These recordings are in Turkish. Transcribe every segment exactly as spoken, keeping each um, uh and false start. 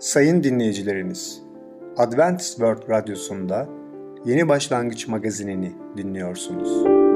Sayın dinleyicilerimiz, Adventist World Radyosu'nda Yeni Başlangıç magazinini dinliyorsunuz.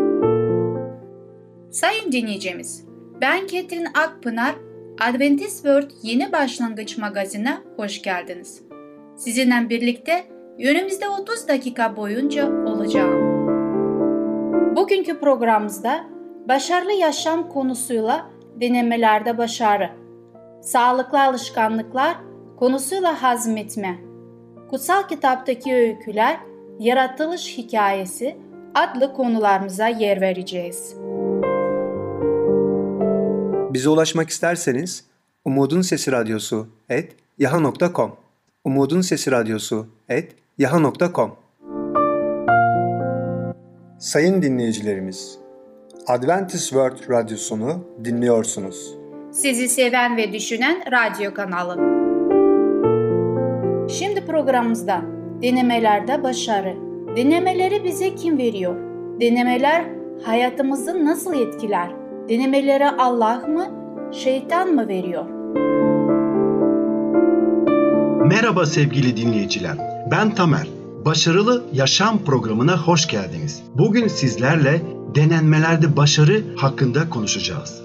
Sayın dinleyicimiz, ben Ketrin Akpınar, Adventist World Yeni Başlangıç magazine hoş geldiniz. Sizinle birlikte önümüzde otuz dakika boyunca olacağım. Bugünkü programımızda başarılı yaşam konusuyla denemelerde başarı, sağlıklı alışkanlıklar konusuyla hazmetme, kutsal kitaptaki öyküler, yaratılış hikayesi adlı konularımıza yer vereceğiz. Bize ulaşmak isterseniz umudun sesi radyosu et yaha nokta com umudun sesi radyosu et yaha nokta com. Sayın dinleyicilerimiz, Adventist World Radyosunu dinliyorsunuz. Sizi seven ve düşünen radyo kanalı. Şimdi programımızda denemelerde başarı. Denemeleri bize kim veriyor? Denemeler hayatımızı nasıl etkiler? Denemeleri Allah mı, şeytan mı veriyor? Merhaba sevgili dinleyiciler. Ben Tamer. Başarılı Yaşam programına hoş geldiniz. Bugün sizlerle denenmelerde başarı hakkında konuşacağız.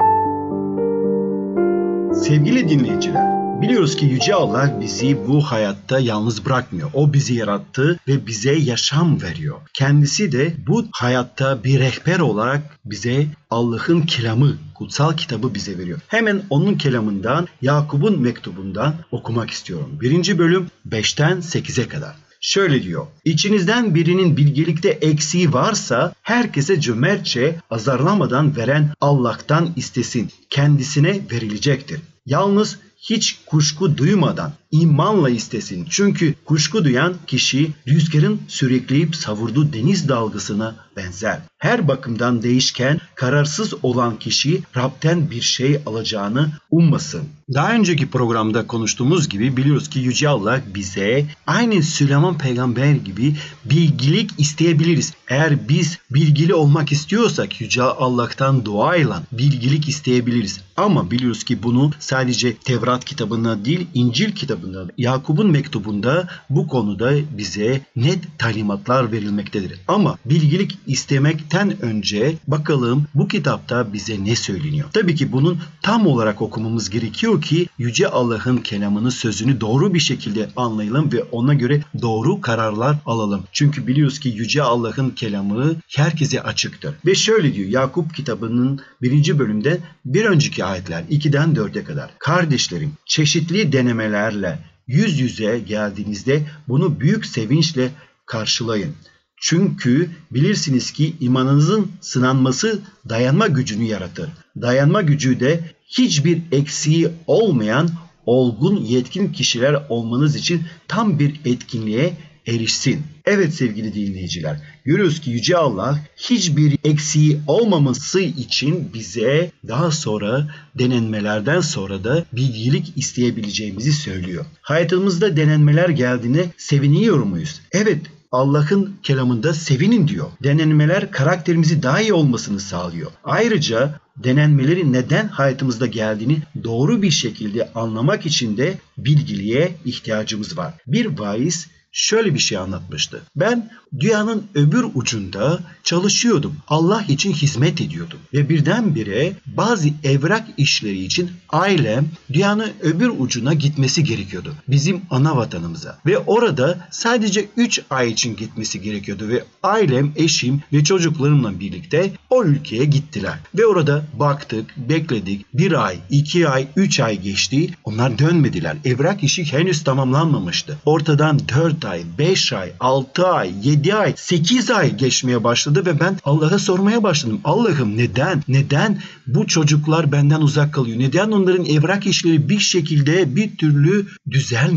Sevgili dinleyiciler, biliyoruz ki Yüce Allah bizi bu hayatta yalnız bırakmıyor. O bizi yarattı ve bize yaşam veriyor. Kendisi de bu hayatta bir rehber olarak bize Allah'ın kelamı, kutsal kitabı bize veriyor. Hemen onun kelamından, Yakup'un mektubundan okumak istiyorum. Birinci bölüm beşten sekize kadar. Şöyle diyor: İçinizden birinin bilgelikte eksiği varsa herkese cömertçe, azarlamadan veren Allah'tan istesin. Kendisine verilecektir. Yalnız hiç kuşku duymadan imanla istesin. Çünkü kuşku duyan kişi rüzgarın sürükleyip savurduğu deniz dalgasına benzer. Her bakımdan değişken, kararsız olan kişi Rab'den bir şey alacağını ummasın. Daha önceki programda konuştuğumuz gibi biliyoruz ki Yüce Allah bize aynı Süleyman peygamber gibi bilgilik isteyebiliriz. Eğer biz bilgili olmak istiyorsak Yüce Allah'tan duayla bilgilik isteyebiliriz. Ama biliyoruz ki bunu sadece Tevrat kitabında değil, İncil kitabında, Yakup'un mektubunda bu konuda bize net talimatlar verilmektedir. Ama bilgilik istemekten önce bakalım bu kitapta bize ne söyleniyor? Tabii ki bunun tam olarak okumamız gerekiyor ki Yüce Allah'ın kelamını, sözünü doğru bir şekilde anlayalım ve ona göre doğru kararlar alalım. Çünkü biliyoruz ki Yüce Allah'ın kelamı herkese açıktır. Ve şöyle diyor Yakup kitabının birinci bölümde bir önceki ayetler ikiden dörde kadar. Kardeşlerim, çeşitli denemelerle yüz yüze geldiğinizde bunu büyük sevinçle karşılayın. Çünkü bilirsiniz ki imanınızın sınanması dayanma gücünü yaratır. Dayanma gücü de hiçbir eksiği olmayan olgun yetkin kişiler olmanız için tam bir etkinliğe erişsin. Evet sevgili dinleyiciler, görüyoruz ki Yüce Allah hiçbir eksiği olmaması için bize daha sonra denenmelerden sonra da bilgilik isteyebileceğimizi söylüyor. Hayatımızda denenmeler geldiğine seviniyor muyuz? Evet, Allah'ın kelamında sevinin diyor. Denenmeler karakterimizi daha iyi olmasını sağlıyor. Ayrıca denenmelerin neden hayatımızda geldiğini doğru bir şekilde anlamak için de bilgiliğe ihtiyacımız var. Bir vaiz şöyle bir şey anlatmıştı. Ben dünyanın öbür ucunda çalışıyordum. Allah için hizmet ediyordum. Ve birdenbire bazı evrak işleri için ailem dünyanın öbür ucuna gitmesi gerekiyordu. Bizim ana vatanımıza. Ve orada sadece üç ay için gitmesi gerekiyordu. Ve ailem, eşim ve çocuklarımla birlikte o ülkeye gittiler. Ve orada baktık, bekledik. Bir ay, iki ay, üç ay geçti. Onlar dönmediler. Evrak işi henüz tamamlanmamıştı. Ortadan dört ay, beş ay, altı ay, yedi ay, sekiz ay geçmeye başladı ve ben Allah'a sormaya başladım. Allah'ım neden? Neden bu çocuklar benden uzak kalıyor? Neden onların evrak işleri bir şekilde bir türlü düzelmiyor?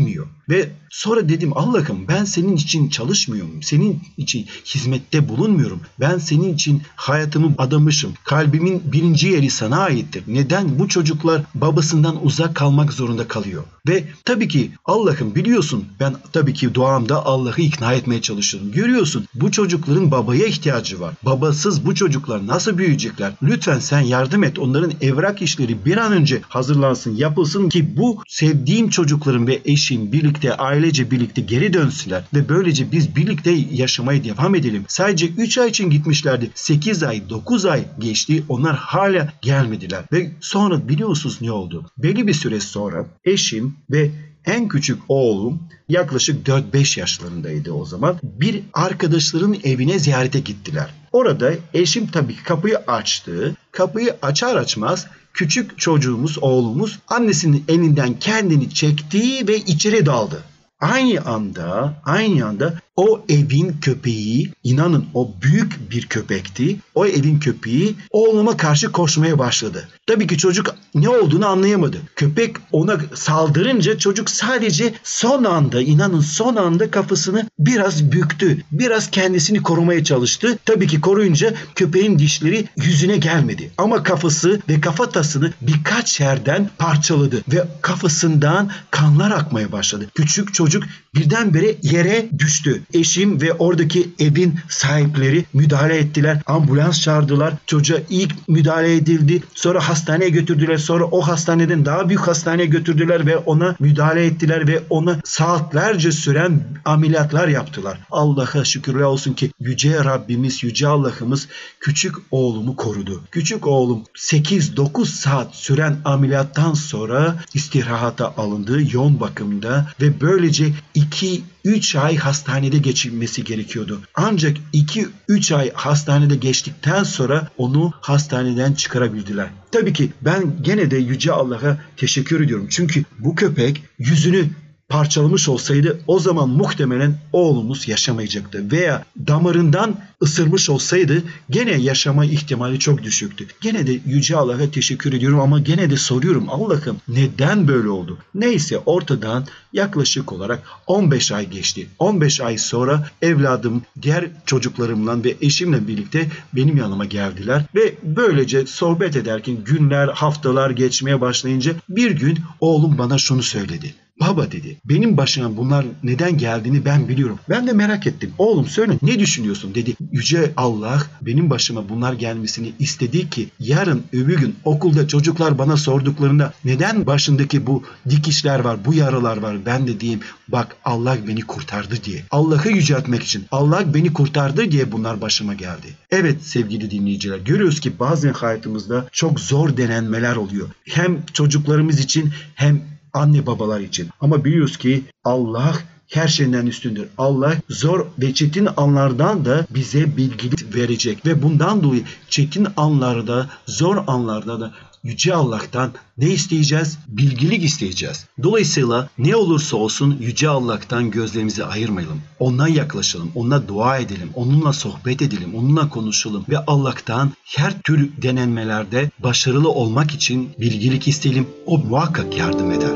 Ve sonra dedim Allah'ım ben senin için çalışmıyorum. Senin için hizmette bulunmuyorum. Ben senin için hayatımı adamışım. Kalbimin birinci yeri sana aittir. Neden bu çocuklar babasından uzak kalmak zorunda kalıyor? Ve tabii ki Allah'ım biliyorsun ben tabii ki duamda Allah'ı ikna etmeye çalışıyorum. Görüyorsun bu çocukların babaya ihtiyacı var. Babasız bu çocuklar nasıl büyüyecekler? Lütfen sen yardım et. Onların evrak işleri bir an önce hazırlansın, yapılsın ki bu sevdiğim çocukların ve eşim birlikte, ailece birlikte geri dönsünler ve böylece biz birlikte yaşamaya devam edelim. Sadece üç ay için gitmişlerdi. sekiz ay, dokuz ay geçti. Onlar hala gelmediler. Ve sonra biliyorsunuz ne oldu? Belli bir süre sonra eşim ve en küçük oğlum yaklaşık dört beş yaşlarındaydı o zaman. Bir arkadaşların evine ziyarete gittiler. Orada eşim tabii kapıyı açtı. Kapıyı açar açmaz küçük çocuğumuz, oğlumuz annesinin elinden kendini çekti ve içeri daldı. Aynı anda, aynı anda o evin köpeği, inanın o büyük bir köpekti. O evin köpeği oğluma karşı koşmaya başladı. Tabii ki çocuk ne olduğunu anlayamadı. Köpek ona saldırınca çocuk sadece son anda, inanın son anda kafasını biraz büktü. Biraz kendisini korumaya çalıştı. Tabii ki koruyunca köpeğin dişleri yüzüne gelmedi. Ama kafası ve kafatasını birkaç yerden parçaladı ve kafasından kanlar akmaya başladı. Küçük çocuk birdenbire yere düştü. Eşim ve oradaki evin sahipleri müdahale ettiler. Ambulans çağırdılar. Çocuğa ilk müdahale edildi. Sonra hastaneye götürdüler. Sonra o hastaneden daha büyük hastaneye götürdüler ve ona müdahale ettiler ve ona saatlerce süren ameliyatlar yaptılar. Allah'a şükürler olsun ki Yüce Rabbimiz, Yüce Allah'ımız küçük oğlumu korudu. Küçük oğlum sekiz dokuz saat süren ameliyattan sonra istirahata alındı. Yoğun bakımda ve böylece iki üç ay hastanede geçirmesi gerekiyordu. Ancak iki üç ay hastanede geçtikten sonra onu hastaneden çıkarabildiler. Tabii ki ben gene de Yüce Allah'a teşekkür ediyorum. Çünkü bu köpek yüzünü parçalamış olsaydı o zaman muhtemelen oğlumuz yaşamayacaktı. Veya damarından ısırmış olsaydı gene yaşama ihtimali çok düşüktü. Gene de Yüce Allah'a teşekkür ediyorum ama gene de soruyorum Allah'ım neden böyle oldu? Neyse ortadan yaklaşık olarak on beş ay geçti. on beş ay sonra evladım diğer çocuklarımla ve eşimle birlikte benim yanıma geldiler ve böylece sohbet ederken günler, haftalar geçmeye başlayınca bir gün oğlum bana şunu söyledi. Baba dedi, benim başıma bunlar neden geldiğini ben biliyorum. Ben de merak ettim. Oğlum söyle ne düşünüyorsun dedi. Yüce Allah benim başıma bunlar gelmesini istedi ki yarın öbür gün okulda çocuklar bana sorduklarında neden başındaki bu dikişler var, bu yaralar var ben de diyeyim bak Allah beni kurtardı diye. Allah'ı yüceltmek için Allah beni kurtardı diye bunlar başıma geldi. Evet sevgili dinleyiciler görüyoruz ki bazen hayatımızda çok zor denenmeler oluyor. Hem çocuklarımız için hem anne babalar için. Ama biliyoruz ki Allah her şeyden üstündür. Allah zor ve çetin anlardan da bize bilgilik verecek. Ve bundan dolayı çetin anlarda, zor anlarda da Yüce Allah'tan ne isteyeceğiz? Bilgilik isteyeceğiz. Dolayısıyla ne olursa olsun Yüce Allah'tan gözlerimizi ayırmayalım. Ondan yaklaşalım, onunla dua edelim, onunla sohbet edelim, onunla konuşalım ve Allah'tan her tür denenmelerde başarılı olmak için bilgilik isteyelim. O muhakkak yardım eder.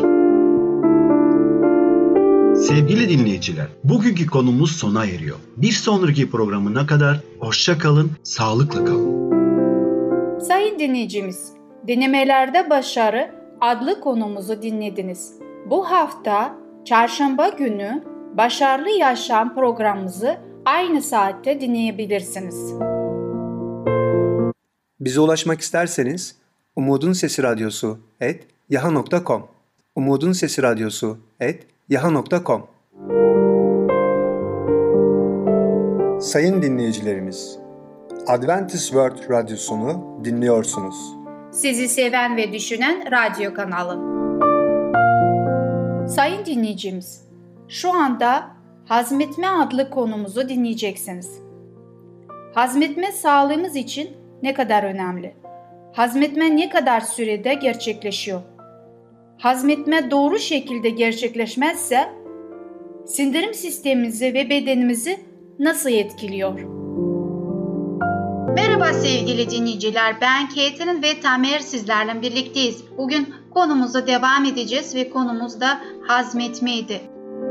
Sevgili dinleyiciler, bugünkü konumuz sona eriyor. Bir sonraki programına kadar hoşça kalın, sağlıkla kalın. Sayın dinleyicimiz, Denemelerde Başarı adlı konumuzu dinlediniz. Bu hafta çarşamba günü Başarılı Yaşam programımızı aynı saatte dinleyebilirsiniz. Bize ulaşmak isterseniz Umutun Sesi Radyosu et yaha nokta com Umutun Sesi Radyosu et yaha nokta com. Sayın dinleyicilerimiz, Adventist World Radyosunu dinliyorsunuz. Sizi seven ve düşünen radyo kanalı. Sayın dinleyicimiz, şu anda hazmetme adlı konumuzu dinleyeceksiniz. Hazmetme sağlığımız için ne kadar önemli? Hazmetme ne kadar sürede gerçekleşiyor? Hazmetme doğru şekilde gerçekleşmezse sindirim sistemimizi ve bedenimizi nasıl etkiliyor? Merhaba sevgili dinleyiciler, ben Caitlin ve Tamer sizlerle birlikteyiz. Bugün konumuza devam edeceğiz ve konumuz da hazmetmeydi.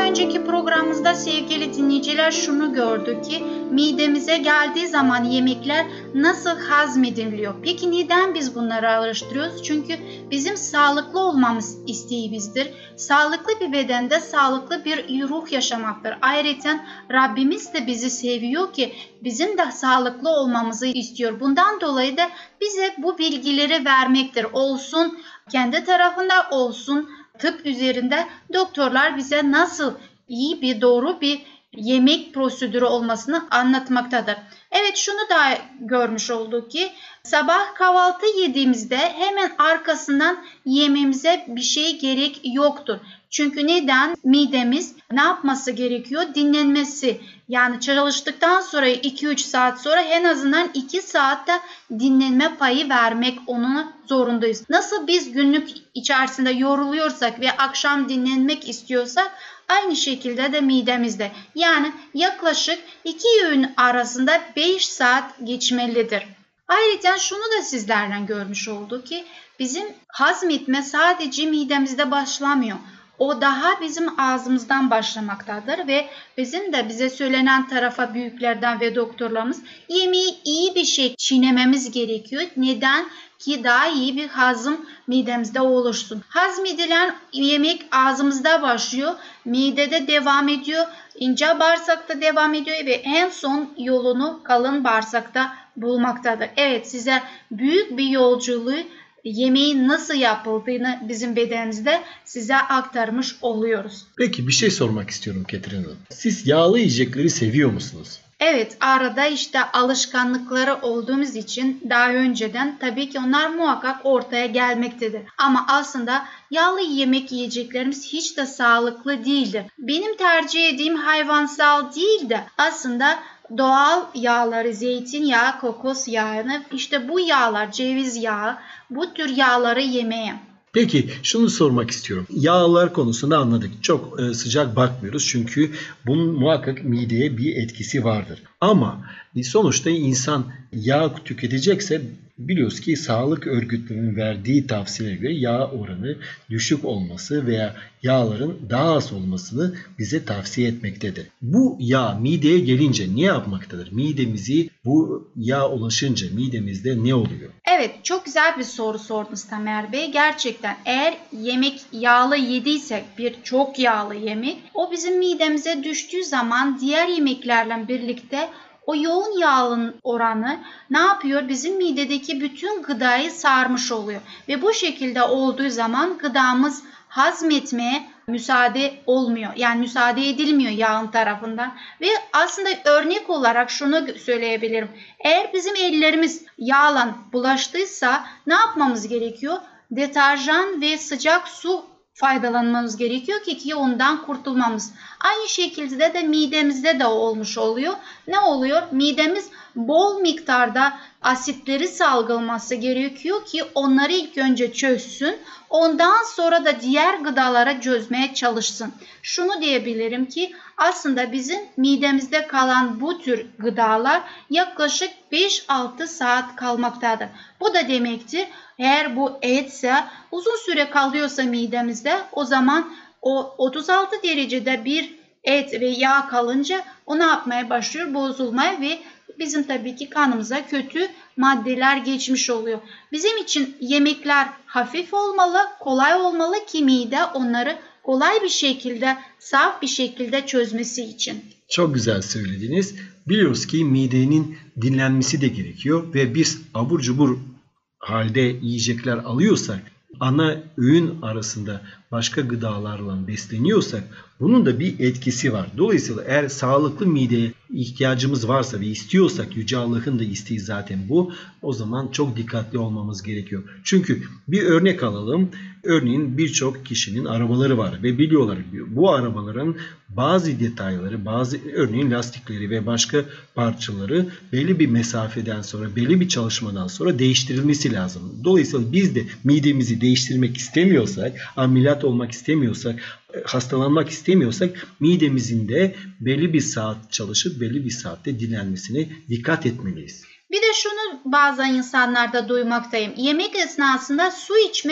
önceki programımızda sevgili dinleyiciler şunu gördük ki midemize geldiği zaman yemekler nasıl hazmediliyor? Peki neden biz bunları araştırıyoruz? Çünkü bizim sağlıklı olmamız isteğimizdir. Sağlıklı bir bedende sağlıklı bir ruh yaşamaktır. Ayrıca Rabbimiz de bizi seviyor ki bizim de sağlıklı olmamızı istiyor. Bundan dolayı da bize bu bilgileri vermektir. Olsun kendi tarafında olsun tıp üzerinde doktorlar bize nasıl iyi bir doğru bir yemek prosedürü olmasını anlatmaktadır. Evet, şunu da görmüş olduk ki sabah kahvaltı yediğimizde hemen arkasından yememize bir şey gerek yoktur. Çünkü neden? Midemiz ne yapması gerekiyor? Dinlenmesi. Yani çalıştıktan sonra iki üç saat sonra en azından iki saatte dinlenme payı vermek ona zorundayız. Nasıl biz günlük içerisinde yoruluyorsak ve akşam dinlenmek istiyorsak aynı şekilde de midemizde. Yani yaklaşık iki öğün arasında beş saat geçmelidir. Ayrıca şunu da sizlerden görmüş olduk ki bizim hazmetme sadece midemizde başlamıyor. O daha bizim ağzımızdan başlamaktadır ve bizim de bize söylenen tarafa büyüklerden ve doktorlarımız yemeği iyi bir şey çiğnememiz gerekiyor. Neden? Ki daha iyi bir hazım midemizde oluşsun. Hazmedilen yemek ağzımızda başlıyor, midede devam ediyor, ince bağırsakta devam ediyor ve en son yolunu kalın bağırsakta bulmaktadır. Evet, size büyük bir yolculuğu yemeğin nasıl yapıldığını bizim bedenimizde size aktarmış oluyoruz. Peki bir şey sormak istiyorum Ketrin Hanım. Siz yağlı yiyecekleri seviyor musunuz? Evet, arada işte alışkanlıkları olduğumuz için daha önceden tabii ki onlar muhakkak ortaya gelmektedir. Ama aslında yağlı yemek yiyeceklerimiz hiç de sağlıklı değildir. Benim tercih ettiğim hayvansal değil de aslında doğal yağları, zeytinyağı, kokos yağını, işte bu yağlar, ceviz yağı, bu tür yağları yemeye. Peki şunu sormak istiyorum. Yağlar konusunda anladık. Çok e, sıcak bakmıyoruz çünkü bunun muhakkak mideye bir etkisi vardır. Ama sonuçta insan yağ tüketecekse biliyoruz ki sağlık örgütlerinin verdiği tavsiyelere göre yağ oranı düşük olması veya yağların daha az olmasını bize tavsiye etmektedir. Bu yağ mideye gelince ne yapmaktadır? Midemizi bu yağ ulaşınca midemizde ne oluyor? Evet, çok güzel bir soru sordunuz Tamer Bey. Gerçekten eğer yemek yağlı yediysek, bir çok yağlı yemek, o bizim midemize düştüğü zaman diğer yemeklerle birlikte o yoğun yağın oranı ne yapıyor? Bizim midedeki bütün gıdayı sarmış oluyor. Ve bu şekilde olduğu zaman gıdamız hazmetmeye müsaade olmuyor. Yani müsaade edilmiyor yağın tarafından. Ve aslında örnek olarak şunu söyleyebilirim. Eğer bizim ellerimiz yağla bulaştıysa ne yapmamız gerekiyor? Deterjan ve sıcak su faydalanmamız gerekiyor ki, ki ondan kurtulmamız. Aynı şekilde de midemizde de olmuş oluyor. Ne oluyor? Midemiz bol miktarda asitleri salgılaması gerekiyor ki onları ilk önce çözsün. Ondan sonra da diğer gıdalara çözmeye çalışsın. Şunu diyebilirim ki aslında bizim midemizde kalan bu tür gıdalar yaklaşık beş altı saat kalmaktadır. Bu da demektir eğer bu etse uzun süre kalıyorsa midemizde, o zaman o otuz altı derecede bir et ve yağ kalınca o ne yapmaya başlıyor? Bozulmaya ve bizim tabii ki kanımıza kötü maddeler geçmiş oluyor. Bizim için yemekler hafif olmalı, kolay olmalı ki mide onları kolay bir şekilde, saf bir şekilde çözmesi için. Çok güzel söylediniz. Biliyoruz ki midenin dinlenmesi de gerekiyor ve biz abur cubur halde yiyecekler alıyorsak, ana öğün arasında başka gıdalarla besleniyorsak bunun da bir etkisi var. Dolayısıyla eğer sağlıklı mideye ihtiyacımız varsa ve istiyorsak, Yüce Allah'ın da isteği zaten bu, o zaman çok dikkatli olmamız gerekiyor. Çünkü bir örnek alalım. Örneğin birçok kişinin arabaları var ve biliyorlar bu arabaların bazı detayları, bazı örneğin lastikleri ve başka parçaları belli bir mesafeden sonra, belli bir çalışmadan sonra değiştirilmesi lazım. Dolayısıyla biz de midemizi değiştirmek istemiyorsak, ameliyat olmak istemiyorsak, hastalanmak istemiyorsak midemizin de belli bir saat çalışıp belli bir saatte dinlenmesine dikkat etmeliyiz. Bir de şunu bazen insanlarda duymaktayım. Yemek esnasında su içmek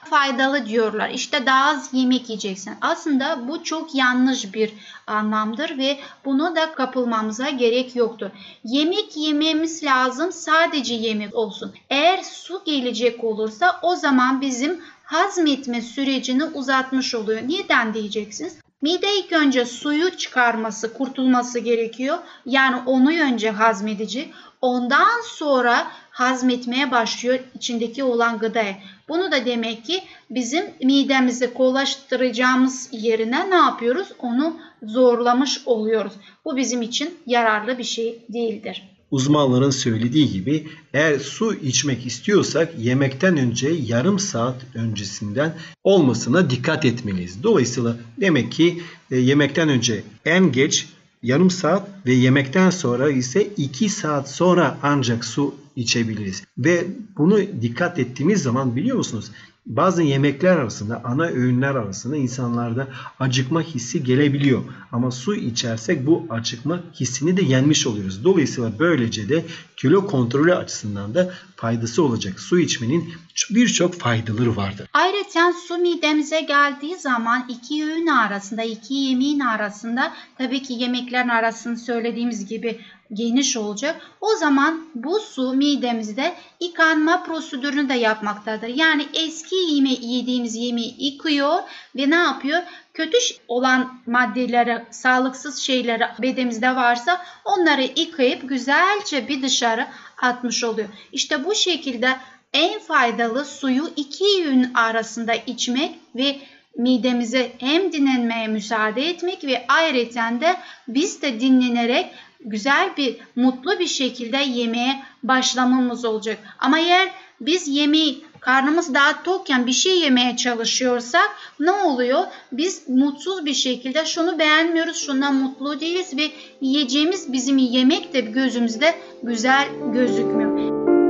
faydalı diyorlar. İşte daha az yemek yiyeceksin. Aslında bu çok yanlış bir anlamdır ve bunu da kapılmamıza gerek yoktur. Yemek yememiz lazım, sadece yemek olsun. Eğer su gelecek olursa o zaman bizim hazmetme sürecini uzatmış oluyor. Neden diyeceksiniz? Mide ilk önce suyu çıkarması, kurtulması gerekiyor. Yani onu önce hazmedecek. Ondan sonra hazmetmeye başlıyor içindeki olan gıdayı. Bunu da demek ki bizim midemizi kolaylaştıracağımız yerine ne yapıyoruz? Onu zorlamış oluyoruz. Bu bizim için yararlı bir şey değildir. Uzmanların söylediği gibi eğer su içmek istiyorsak yemekten önce yarım saat öncesinden olmasına dikkat etmeliyiz. Dolayısıyla demek ki e, yemekten önce en geç yarım saat ve yemekten sonra ise iki saat sonra ancak su içebiliriz. Ve bunu dikkat ettiğimiz zaman biliyor musunuz? Bazı yemekler arasında, ana öğünler arasında insanlarda acıkma hissi gelebiliyor. Ama su içersek bu acıkma hissini de yenmiş oluyoruz. Dolayısıyla böylece de kilo kontrolü açısından da faydası olacak. Su içmenin birçok faydaları vardır. Ayrıca su midemize geldiği zaman iki öğün arasında, iki yemeğin arasında, tabii ki yemeklerin arasını söylediğimiz gibi geniş olacak. O zaman bu su midemizde yıkanma prosedürünü de yapmaktadır. Yani eski yeme yediğimiz yemeği yıkıyor ve ne yapıyor? Kötü olan maddeleri, sağlıksız şeyleri bedenimizde varsa onları yıkayıp güzelce bir dışarı atmış oluyor. İşte bu şekilde en faydalı suyu iki öğün arasında içmek ve midemize hem dinlenmeye müsaade etmek ve ayrıca de biz de dinlenerek güzel bir, mutlu bir şekilde yemeğe başlamamız olacak. Ama eğer biz yemeği karnımız daha tokken bir şey yemeye çalışıyorsak ne oluyor? Biz mutsuz bir şekilde şunu beğenmiyoruz, şundan mutlu değiliz ve yiyeceğimiz bizim yemek de gözümüzde güzel gözükmüyor.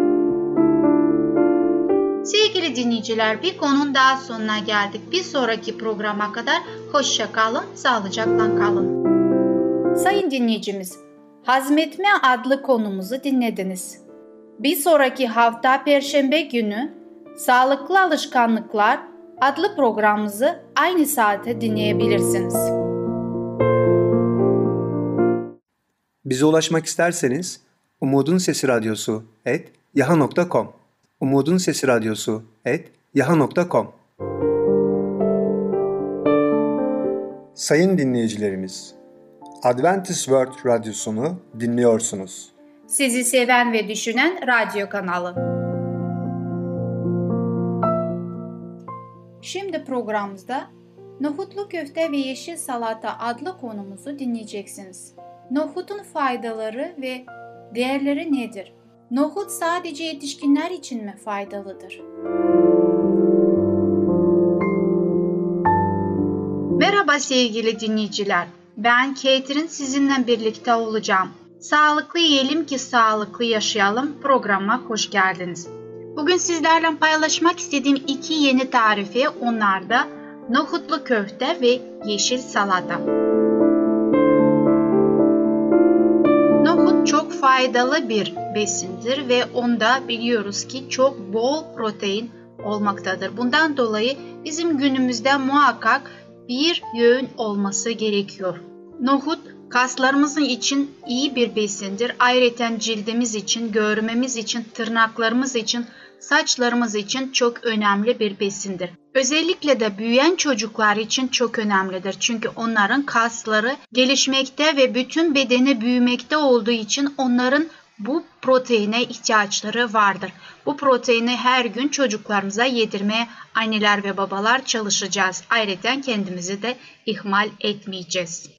Sevgili dinleyiciler, bir konunun daha sonuna geldik. Bir sonraki programa kadar hoşça kalın, sağlıcakla kalın. Sayın dinleyicimiz, Hazmetme adlı konumuzu dinlediniz. Bir sonraki hafta Perşembe günü Sağlıklı Alışkanlıklar adlı programımızı aynı saate dinleyebilirsiniz. Bize ulaşmak isterseniz Umutun Sesi Radyosu et yaha nokta com Umutun Sesi Radyosu et yaha nokta com. Sayın dinleyicilerimiz, Adventist World Radyosunu dinliyorsunuz. Sizi seven ve düşünen radyo kanalı. Şimdi programımızda Nohutlu Köfte ve Yeşil Salata adlı konumuzu dinleyeceksiniz. Nohutun faydaları ve değerleri nedir? Nohut sadece yetişkinler için mi faydalıdır? Merhaba sevgili dinleyiciler. Ben Catherine, sizinle birlikte olacağım. Sağlıklı yiyelim ki sağlıklı yaşayalım programına hoş geldiniz. Bugün sizlerle paylaşmak istediğim iki yeni tarifi, onlar da nohutlu köfte ve yeşil salata. Nohut çok faydalı bir besindir ve onda biliyoruz ki çok bol protein olmaktadır. Bundan dolayı bizim günümüzde muhakkak bir öğün olması gerekiyor. Nohut kaslarımızın için iyi bir besindir. Ayrıca cildimiz için, görmemiz için, tırnaklarımız için, saçlarımız için çok önemli bir besindir. Özellikle de büyüyen çocuklar için çok önemlidir. Çünkü onların kasları gelişmekte ve bütün bedeni büyümekte olduğu için onların bu proteine ihtiyaçları vardır. Bu proteini her gün çocuklarımıza yedirmeye anneler ve babalar çalışacağız. Ayrıca kendimizi de ihmal etmeyeceğiz.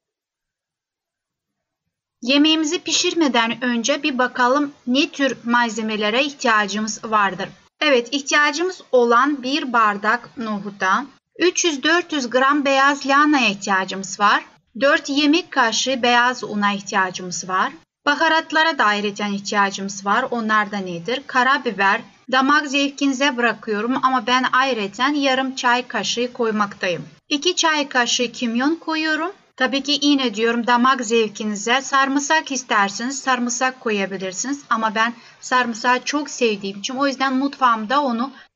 Yemeğimizi pişirmeden önce bir bakalım ne tür malzemelere ihtiyacımız vardır. Evet, ihtiyacımız olan bir bardak nohuta, üç yüz dört yüz gram beyaz lahanaya ihtiyacımız var. dört yemek kaşığı beyaz una ihtiyacımız var. Baharatlara da ayrıca ihtiyacımız var. Onlar da nedir? Karabiber, damak zevkinize bırakıyorum ama ben ayrıca yarım çay kaşığı koymaktayım. iki çay kaşığı kimyon koyuyorum. Tabii ki yine diyorum damak zevkinize, sarımsak isterseniz sarımsak koyabilirsiniz. Ama ben sarımsağı çok sevdiğim için o yüzden mutfağımda onu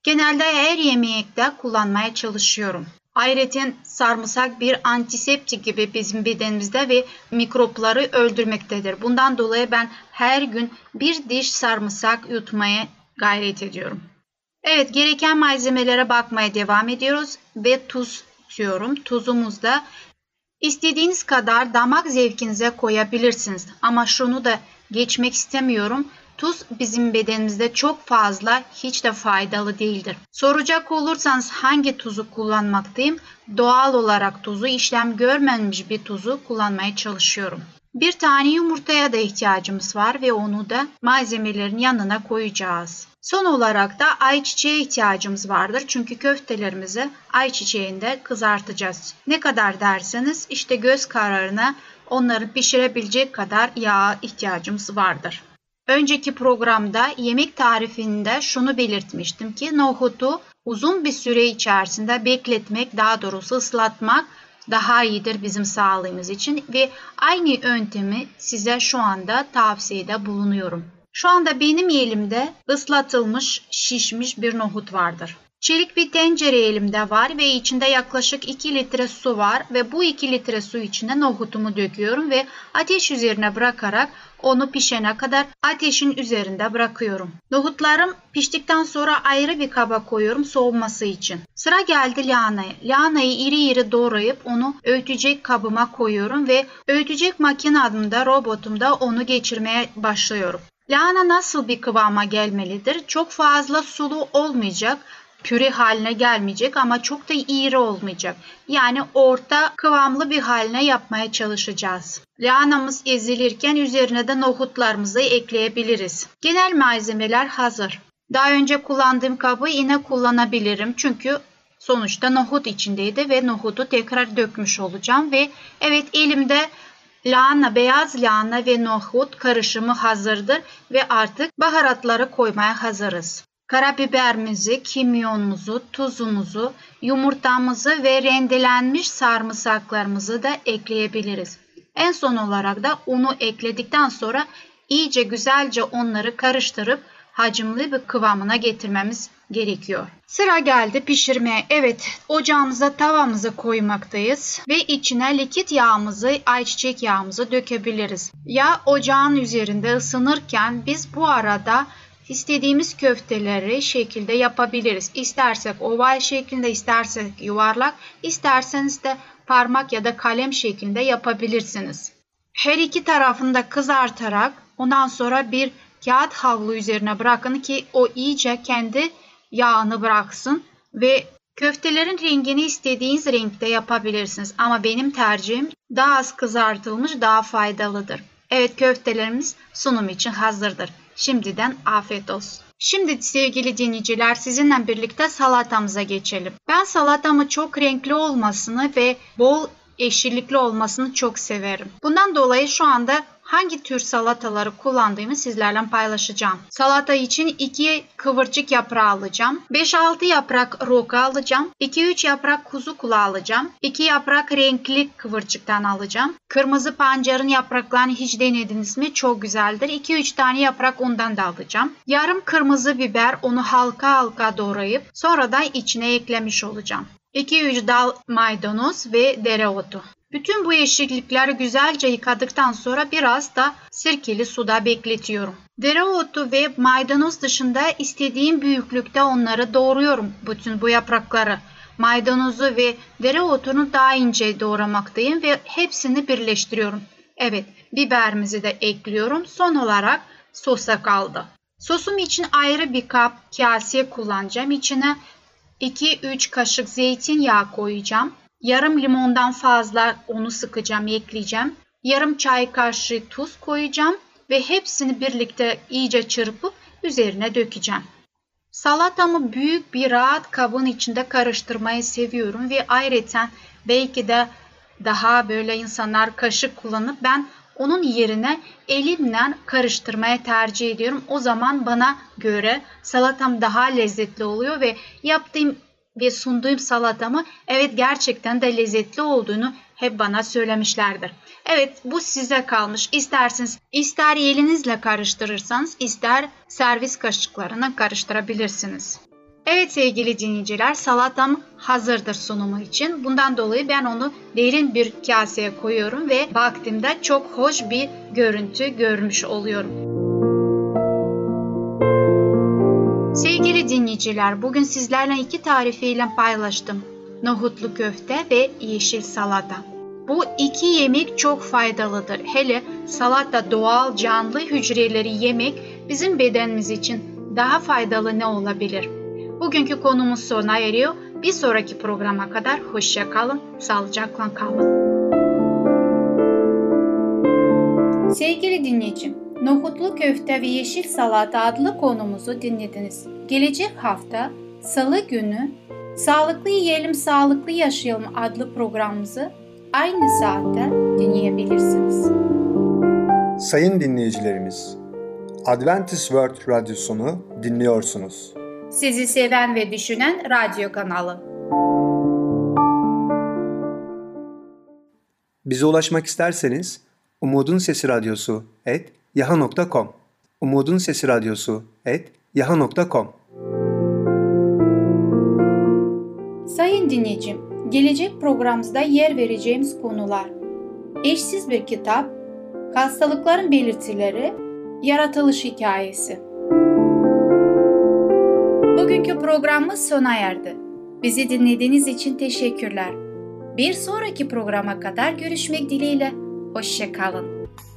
Genelde her yemekte kullanmaya çalışıyorum. Ayrıca sarımsak bir antiseptik gibi bizim bedenimizde ve mikropları öldürmektedir. Bundan dolayı ben her gün bir diş sarımsak yutmaya gayret ediyorum. Evet, gereken malzemelere bakmaya devam ediyoruz ve tuz diyorum. Tuzumuzda istediğiniz kadar damak zevkinize koyabilirsiniz. Ama şunu da geçmek istemiyorum. Tuz bizim bedenimizde çok fazla, hiç de faydalı değildir. Soracak olursanız hangi tuzu kullanmaktayım? Doğal olarak tuzu, işlem görmemiş bir tuzu kullanmaya çalışıyorum. Bir tane yumurtaya da ihtiyacımız var ve onu da malzemelerin yanına koyacağız. Son olarak da ayçiçeğe ihtiyacımız vardır. Çünkü köftelerimizi ayçiçeğinde kızartacağız. Ne kadar derseniz işte göz kararına onları pişirebilecek kadar yağa ihtiyacımız vardır. Önceki programda yemek tarifinde şunu belirtmiştim ki nohutu uzun bir süre içerisinde bekletmek, daha doğrusu ıslatmak daha iyidir bizim sağlığımız için ve aynı yöntemi size şu anda tavsiyede bulunuyorum. Şu anda benim elimde ıslatılmış, şişmiş bir nohut vardır. Çelik bir tencere elimde var ve içinde yaklaşık iki litre su var ve bu iki litre su içine nohutumu döküyorum ve ateş üzerine bırakarak onu pişene kadar ateşin üzerinde bırakıyorum. Nohutlarım piştikten sonra ayrı bir kaba koyuyorum soğuması için. Sıra geldi lahanaya. Lahanayı iri iri doğrayıp onu öğütecek kabıma koyuyorum ve öğütecek makinamda, robotumda onu geçirmeye başlıyorum. Lahana nasıl bir kıvama gelmelidir? Çok fazla sulu olmayacak, püre haline gelmeyecek ama çok da iri olmayacak. Yani orta kıvamlı bir haline yapmaya çalışacağız. Lahanamız ezilirken üzerine de nohutlarımızı ekleyebiliriz. Genel malzemeler hazır. Daha önce kullandığım kabı yine kullanabilirim. Çünkü sonuçta nohut içindeydi ve nohutu tekrar dökmüş olacağım. Ve evet, elimde lahana, beyaz lahana ve nohut karışımı hazırdır ve artık baharatları koymaya hazırız. Karabiberimizi, kimyonumuzu, tuzumuzu, yumurtamızı ve rendelenmiş sarımsaklarımızı da ekleyebiliriz. En son olarak da unu ekledikten sonra iyice güzelce onları karıştırıp hacimli bir kıvamına getirmemiz gerekiyor. Sıra geldi pişirmeye. Evet, ocağımıza tavamızı koymaktayız ve içine likit yağımızı, ayçiçek yağımızı dökebiliriz. Yağ ocağın üzerinde ısınırken biz bu arada İstediğimiz köfteleri şekilde yapabiliriz. İstersek oval şeklinde, istersek yuvarlak, isterseniz de parmak ya da kalem şeklinde yapabilirsiniz. Her iki tarafını da kızartarak ondan sonra bir kağıt havlu üzerine bırakın ki o iyice kendi yağını bıraksın ve köftelerin rengini istediğiniz renkte yapabilirsiniz. Ama benim tercihim daha az kızartılmış, daha faydalıdır. Evet, köftelerimiz sunum için hazırdır. Şimdiden afiyet olsun. Şimdi sevgili dinleyiciler, sizinle birlikte salatamıza geçelim. Ben salatamı çok renkli olmasını ve bol yeşillikli olmasını çok severim. Bundan dolayı şu anda hangi tür salataları kullandığımı sizlerle paylaşacağım. Salata için iki kıvırcık yaprağı alacağım. beş altı yaprak roka alacağım. iki üç yaprak kuzu kulağı alacağım. iki yaprak renkli kıvırcıktan alacağım. Kırmızı pancarın yapraklarını hiç denediniz mi? Çok güzeldir. iki üç tane yaprak ondan da alacağım. Yarım kırmızı biber, onu halka halka doğrayıp sonra da içine eklemiş olacağım. iki üç dal maydanoz ve dereotu. Bütün bu yeşillikleri güzelce yıkadıktan sonra biraz da sirkeli suda bekletiyorum. Dereotu ve maydanoz dışında istediğim büyüklükte onları doğruyorum, bütün bu yaprakları. Maydanozu ve dereotunu daha ince doğramaktayım ve hepsini birleştiriyorum. Evet, biberimizi de ekliyorum. Son olarak sosa kaldı. Sosum için ayrı bir kap kase kullanacağım. İçine iki üç kaşık zeytinyağı koyacağım. Yarım limondan fazla onu sıkacağım, ekleyeceğim. Yarım çay kaşığı tuz koyacağım ve hepsini birlikte iyice çırpıp üzerine dökeceğim. Salatamı büyük bir rahat kabın içinde karıştırmayı seviyorum ve ayrıca belki de daha böyle insanlar kaşık kullanıp ben onun yerine elimle karıştırmaya tercih ediyorum. O zaman bana göre salatam daha lezzetli oluyor ve yaptığım ve sunduğum salatamı evet gerçekten de lezzetli olduğunu hep bana söylemişlerdir. Evet, bu size kalmış. İsterseniz ister elinizle karıştırırsanız ister servis kaşıklarına karıştırabilirsiniz. Evet sevgili dinleyiciler, salatam hazırdır sunumu için. Bundan dolayı ben onu derin bir kaseye koyuyorum ve baktığımda çok hoş bir görüntü görmüş oluyorum. Sevgili dinleyiciler, bugün sizlerle iki tarifiyle paylaştım. Nohutlu köfte ve yeşil salata. Bu iki yemek çok faydalıdır. Hele salata doğal canlı hücreleri yemek bizim bedenimiz için daha faydalı ne olabilir? Bugünkü konumuz sona eriyor. Bir sonraki programa kadar hoşça kalın, sağlıcakla kalın. Sevgili dinleyicim, nohutlu köfte ve yeşil salata adlı konumuzu dinlediniz. Gelecek hafta Salı günü Sağlıklı Yiyelim, Sağlıklı Yaşayalım adlı programımızı aynı saatte dinleyebilirsiniz. Sayın dinleyicilerimiz, Adventist World Radyosunu dinliyorsunuz. Sizi seven ve düşünen radyo kanalı. Bize ulaşmak isterseniz Umutun Sesi Radyosu et yaha nokta com Umutun Sesi Radyosu et yaha nokta com. Sayın dinleyicim, gelecek programımızda yer vereceğimiz konular: eşsiz bir kitap, hastalıkların belirtileri, yaratılış hikayesi. Bugünkü programımız sona erdi. Bizi dinlediğiniz için teşekkürler. Bir sonraki programa kadar görüşmek dileğiyle. Hoşça kalın.